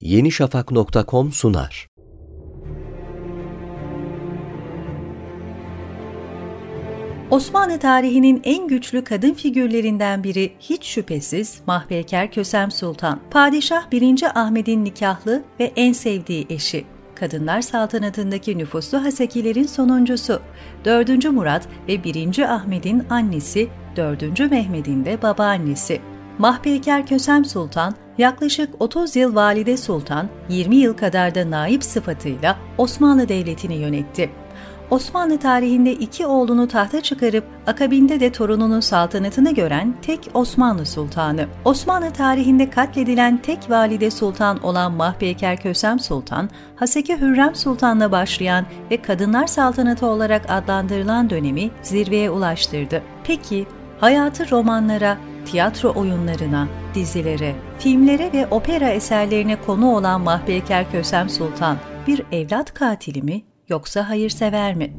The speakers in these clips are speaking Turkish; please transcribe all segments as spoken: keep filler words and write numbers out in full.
yeni şafak nokta com sunar. Osmanlı tarihinin en güçlü kadın figürlerinden biri hiç şüphesiz Mahpeker Kösem Sultan. Padişah birinci. Ahmet'in nikahlı ve en sevdiği eşi. Kadınlar saltanatındaki nüfuslu hasekilerin sonuncusu. dördüncü. Murat ve birinci. Ahmet'in annesi, dördüncü. Mehmet'in de babaannesi. Mahpeker Kösem Sultan, yaklaşık otuz yıl valide sultan, yirmi yıl kadar da naip sıfatıyla Osmanlı Devleti'ni yönetti. Osmanlı tarihinde iki oğlunu tahta çıkarıp akabinde de torununu saltanatını gören tek Osmanlı Sultanı. Osmanlı tarihinde katledilen tek valide sultan olan Mahpeker Kösem Sultan, Haseki Hürrem Sultan'la başlayan ve kadınlar saltanatı olarak adlandırılan dönemi zirveye ulaştırdı. Peki, hayatı romanlara, tiyatro oyunlarına, dizilere, filmlere ve opera eserlerine konu olan Mahpeker Kösem Sultan bir evlat katili mi yoksa hayırsever mi?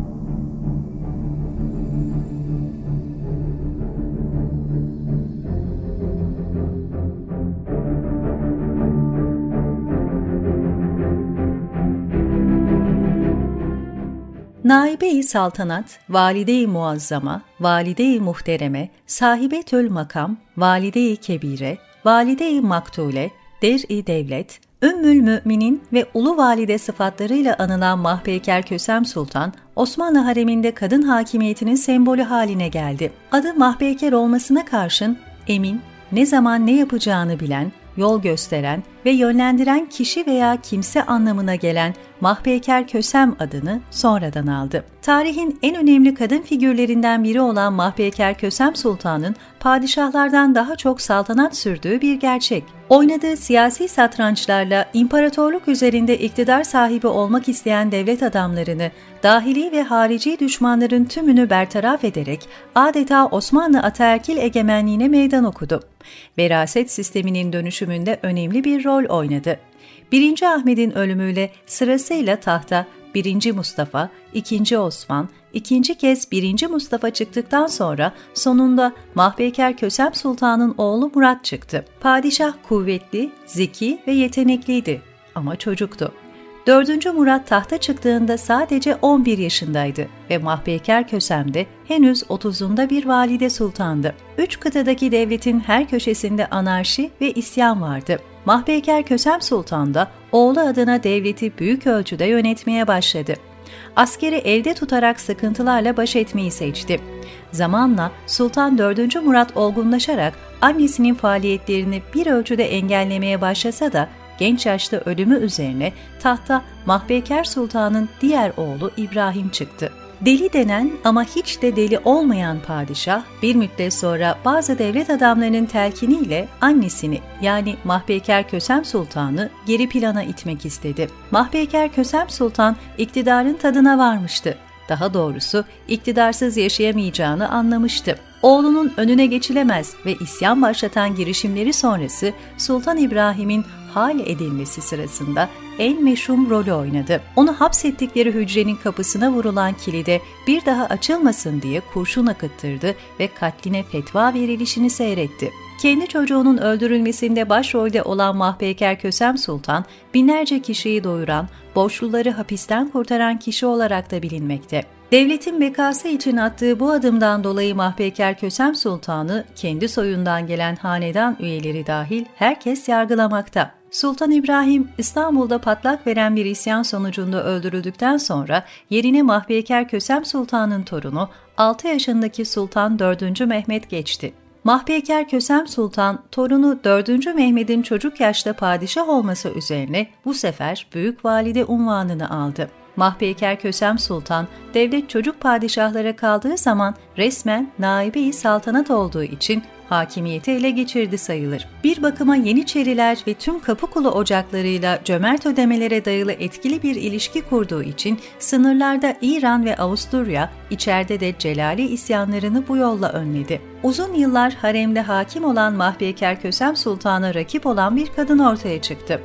Naibe-i saltanat, valide-i muazzama, valide-i muhtereme, sahibetül makam, valide-i kebire, valide-i maktule, der-i devlet, Ümmül Müminin ve Ulu Valide sıfatlarıyla anılan Mahpeker Kösem Sultan, Osmanlı hareminde kadın hakimiyetinin sembolü haline geldi. Adı Mahpeker olmasına karşın emin, ne zaman ne yapacağını bilen, yol gösteren ve yönlendiren kişi veya kimse anlamına gelen Mahpeker Kösem adını sonradan aldı. Tarihin en önemli kadın figürlerinden biri olan Mahpeker Kösem Sultan'ın padişahlardan daha çok saltanat sürdüğü bir gerçek. Oynadığı siyasi satrançlarla imparatorluk üzerinde iktidar sahibi olmak isteyen devlet adamlarını, dahili ve harici düşmanların tümünü bertaraf ederek adeta Osmanlı ataerkil egemenliğine meydan okudu. Veraset sisteminin dönüşümünde önemli bir rol oynadı. birinci. Ahmet'in ölümüyle sırasıyla tahta birinci. Mustafa, ikinci. Osman, ikinci kez birinci. Mustafa çıktıktan sonra sonunda Mahpeker Kösem Sultan'ın oğlu Murat çıktı. Padişah kuvvetli, zeki ve yetenekliydi ama çocuktu. dördüncü. Murat tahta çıktığında sadece on bir yaşındaydı ve Mahpeker Kösem de henüz otuzunda bir valide sultandı. Üç kıtadaki devletin her köşesinde anarşi ve isyan vardı. Mahpeker Kösem Sultan da oğlu adına devleti büyük ölçüde yönetmeye başladı. Askeri elde tutarak sıkıntılarla baş etmeyi seçti. Zamanla Sultan dördüncü. Murat olgunlaşarak annesinin faaliyetlerini bir ölçüde engellemeye başlasa da genç yaşta ölümü üzerine tahta Mahpeker Sultan'ın diğer oğlu İbrahim çıktı. Deli denen ama hiç de deli olmayan padişah bir müddet sonra bazı devlet adamlarının telkiniyle annesini yani Mahpeker Kösem Sultan'ı geri plana itmek istedi. Mahpeker Kösem Sultan iktidarın tadına varmıştı. Daha doğrusu iktidarsız yaşayamayacağını anlamıştı. Oğlunun önüne geçilemez ve isyan başlatan girişimleri sonrası Sultan İbrahim'in hal edilmesi sırasında en meşhum rolü oynadı. Onu hapsettikleri hücrenin kapısına vurulan kilide bir daha açılmasın diye kurşun akıttırdı ve katline fetva verilişini seyretti. Kendi çocuğunun öldürülmesinde başrolde olan Mahpeker Kösem Sultan, binlerce kişiyi doyuran, borçluları hapisten kurtaran kişi olarak da bilinmekte. Devletin bekası için attığı bu adımdan dolayı Mahpeker Kösem Sultan'ı kendi soyundan gelen hanedan üyeleri dahil herkes yargılamakta. Sultan İbrahim, İstanbul'da patlak veren bir isyan sonucunda öldürüldükten sonra yerine Mahpeker Kösem Sultan'ın torunu altı yaşındaki Sultan dördüncü. Mehmet geçti. Mahpeker Kösem Sultan, torunu dördüncü. Mehmet'in çocuk yaşta padişah olması üzerine bu sefer Büyük Valide unvanını aldı. Mahpeker Kösem Sultan, devlet çocuk padişahlara kaldığı zaman resmen naibe-i saltanat olduğu için hakimiyeti ele geçirdi sayılır. Bir bakıma Yeniçeriler ve tüm Kapıkulu ocaklarıyla cömert ödemelere dayalı etkili bir ilişki kurduğu için sınırlarda İran ve Avusturya, içeride de Celali isyanlarını bu yolla önledi. Uzun yıllar haremde hakim olan Mahpeker Kösem Sultan'a rakip olan bir kadın ortaya çıktı.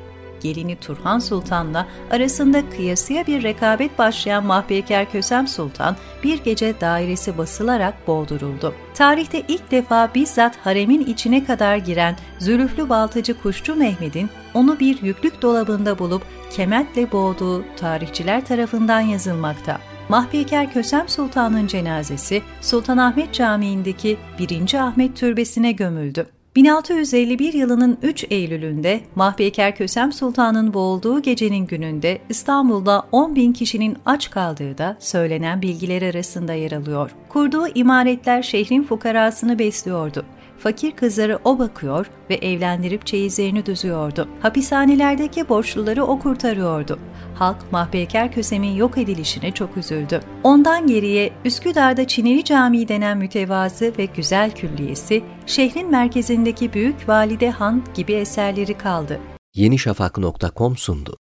gelini Turhan Sultan'la arasında kıyasıya bir rekabet başlayan Mahpeker Kösem Sultan bir gece dairesi basılarak boğduruldu. Tarihte ilk defa bizzat haremin içine kadar giren zülüflü baltacı Kuşçu Mehmet'in onu bir yüklük dolabında bulup kementle boğduğu tarihçiler tarafından yazılmakta. Mahpeker Kösem Sultan'ın cenazesi Sultanahmet Camii'ndeki birinci. Ahmet Türbesi'ne gömüldü. bin altı yüz elli bir yılının üç Eylül'ünde Mahpeker Kösem Sultan'ın boğulduğu gecenin gününde İstanbul'da on bin kişinin aç kaldığı da söylenen bilgiler arasında yer alıyor. Kurduğu imaretler şehrin fukarasını besliyordu. Fakir kızları o bakıyor ve evlendirip çeyizlerini düzüyordu. Hapishanelerdeki borçluları o kurtarıyordu. Halk Mahpeker Kösem'in yok edilişine çok üzüldü. Ondan geriye Üsküdar'da Çinili Camii denen mütevazı ve güzel külliyesi, şehrin merkezindeki Büyük Valide Han gibi eserleri kaldı. Yenişafak nokta com sundu.